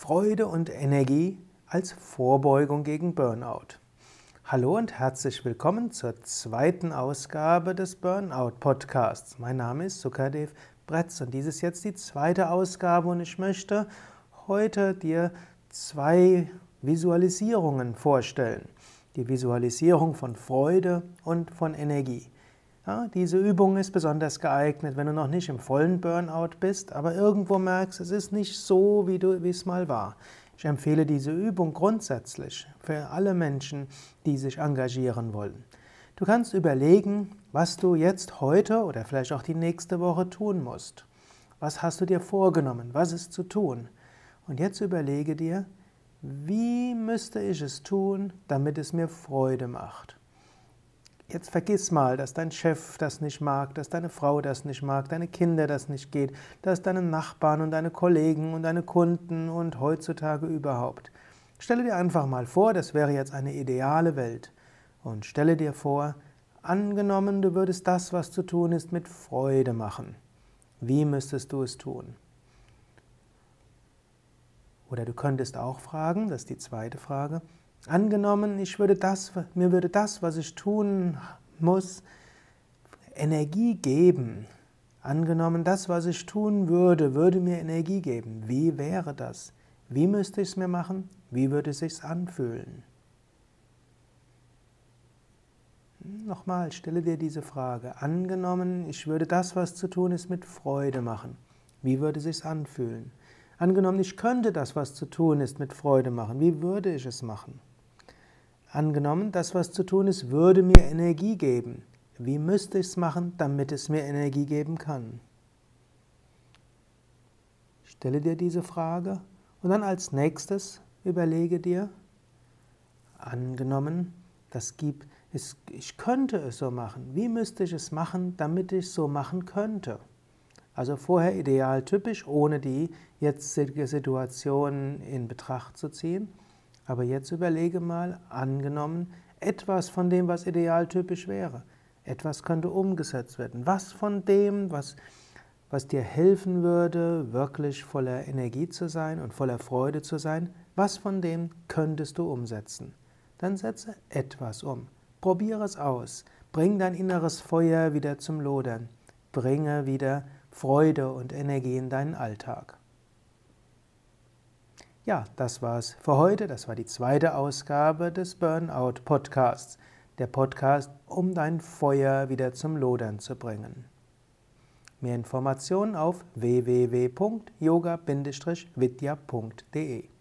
Freude und Energie als Vorbeugung gegen Burnout. Hallo und herzlich willkommen zur zweiten Ausgabe des Burnout Podcasts. Mein Name ist Sukadev Bretz und dies ist jetzt die zweite Ausgabe und ich möchte heute dir zwei Visualisierungen vorstellen. Die Visualisierung von Freude und von Energie. Ja, diese Übung ist besonders geeignet, wenn du noch nicht im vollen Burnout bist, aber irgendwo merkst, es ist nicht so, wie es mal war. Ich empfehle diese Übung grundsätzlich für alle Menschen, die sich engagieren wollen. Du kannst überlegen, was du jetzt heute oder vielleicht auch die nächste Woche tun musst. Was hast du dir vorgenommen? Was ist zu tun? Und jetzt überlege dir, wie müsste ich es tun, damit es mir Freude macht? Jetzt vergiss mal, dass dein Chef das nicht mag, dass deine Frau das nicht mag, deine Kinder das nicht geht, dass deine Nachbarn und deine Kollegen und deine Kunden und heutzutage überhaupt. Stelle dir einfach mal vor, das wäre jetzt eine ideale Welt. Und stelle dir vor, angenommen, du würdest das, was zu tun ist, mit Freude machen. Wie müsstest du es tun? Oder du könntest auch fragen, das ist die zweite Frage, angenommen, mir würde das, was ich tun muss, Energie geben. Angenommen, das, was ich tun würde, würde mir Energie geben. Wie wäre das? Wie müsste ich es mir machen? Wie würde es sich anfühlen? Nochmal, stelle dir diese Frage. Angenommen, ich würde das, was zu tun ist, mit Freude machen. Wie würde es sich anfühlen? Angenommen, ich könnte das, was zu tun ist, mit Freude machen. Wie würde ich es machen? Angenommen, das, was zu tun ist, würde mir Energie geben. Wie müsste ich es machen, damit es mir Energie geben kann? Stelle dir diese Frage und dann als nächstes überlege dir, angenommen, ich könnte es so machen. Wie müsste ich es machen, damit ich es so machen könnte? Also vorher idealtypisch, ohne die jetzige Situation in Betracht zu ziehen. Aber jetzt überlege mal, angenommen, etwas von dem, was idealtypisch wäre. Etwas könnte umgesetzt werden. Was von dem, was dir helfen würde, wirklich voller Energie zu sein und voller Freude zu sein, was von dem könntest du umsetzen? Dann setze etwas um. Probiere es aus. Bring dein inneres Feuer wieder zum Lodern. Bringe wieder Freude und Energie in deinen Alltag. Ja, das war's für heute. Das war die zweite Ausgabe des Burnout Podcasts. Der Podcast, um dein Feuer wieder zum Lodern zu bringen. Mehr Informationen auf www.yoga-vidya.de